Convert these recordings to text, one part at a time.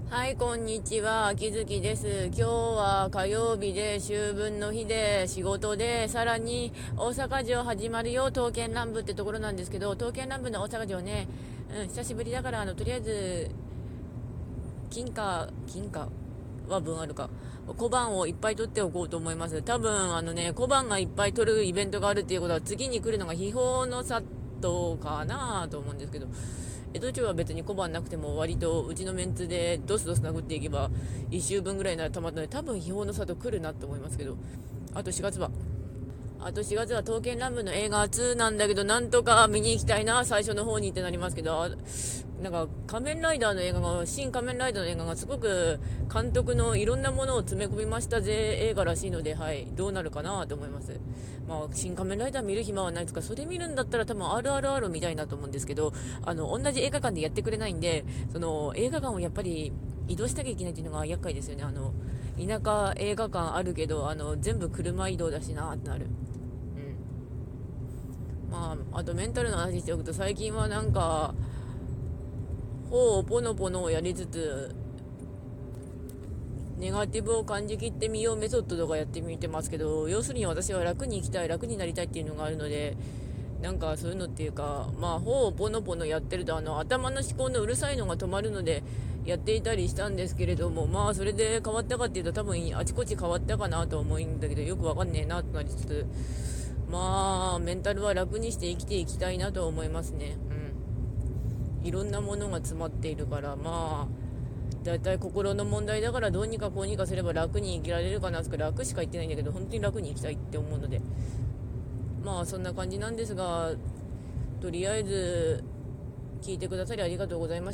はい、こんにちは。秋月です。今日は火曜日で秋分の日で仕事で、さらに大阪城始まるよ、刀剣乱舞ってところなんですけど、刀剣乱舞の大阪城ね、久しぶりだから、とりあえず、金貨は分あるか。小判をいっぱい取っておこうと思います。多分、小判がいっぱい取るイベントがあるっていうことは、次に来るのが秘宝の里かなと思うんですけど、江戸町は別に小判なくても割とうちのメンツでドスドス殴っていけば1週分ぐらいならたまったので、多分秘宝の里来るなと思いますけど、あと4月はあと4月は刀剣乱舞の映画2なんだけど、なんとか見に行きたいな、最初の方にってなりますけど、なんか仮面ライダーの映画が、新仮面ライダーの映画がすごく監督のいろんなものを詰め込みましたぜ映画らしいので、はい、どうなるかなと思います。まあ、新仮面ライダー見る暇はないですか、それ見るんだったら多分 RRR 見たいなと思うんですけど、同じ映画館でやってくれないんで、その映画館をやっぱり移動しなきゃいけないっていうのが厄介ですよね。田舎映画館あるけど、全部車移動だしなってなる。まあ、あとメンタルの話しておくと、最近はなんか頬をポノポノをやりつつネガティブを感じきってみようメソッドとかやってみてますけど、要するに私は楽に生きたい、楽になりたいっていうのがあるので、なんかそういうのっていうか、まあ頬をポノポノやってると頭の思考のうるさいのが止まるのでやっていたりしたんですけれども、まあそれで変わったかっていうと多分あちこち変わったかなと思うんだけど、よくわかんねえなとなりつつ、まあメンタルは楽にして生きていきたいなと思いますね。いろんなものが詰まっているから、まあだいたい心の問題だから、どうにかこうにかすれば楽に生きられるかなって楽しか言ってないんだけど、本当に楽に生きたいって思うので、まあそんな感じなんですが、とりあえず聞いてくださりありがとうございました。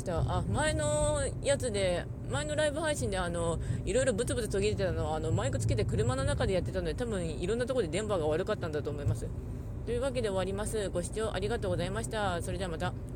前のライブ配信でいろいろブツブツ途切れてたのは、マイクつけて車の中でやってたので、多分いろんなところで電波が悪かったんだと思います。というわけで終わります。ご視聴ありがとうございました。それではまた。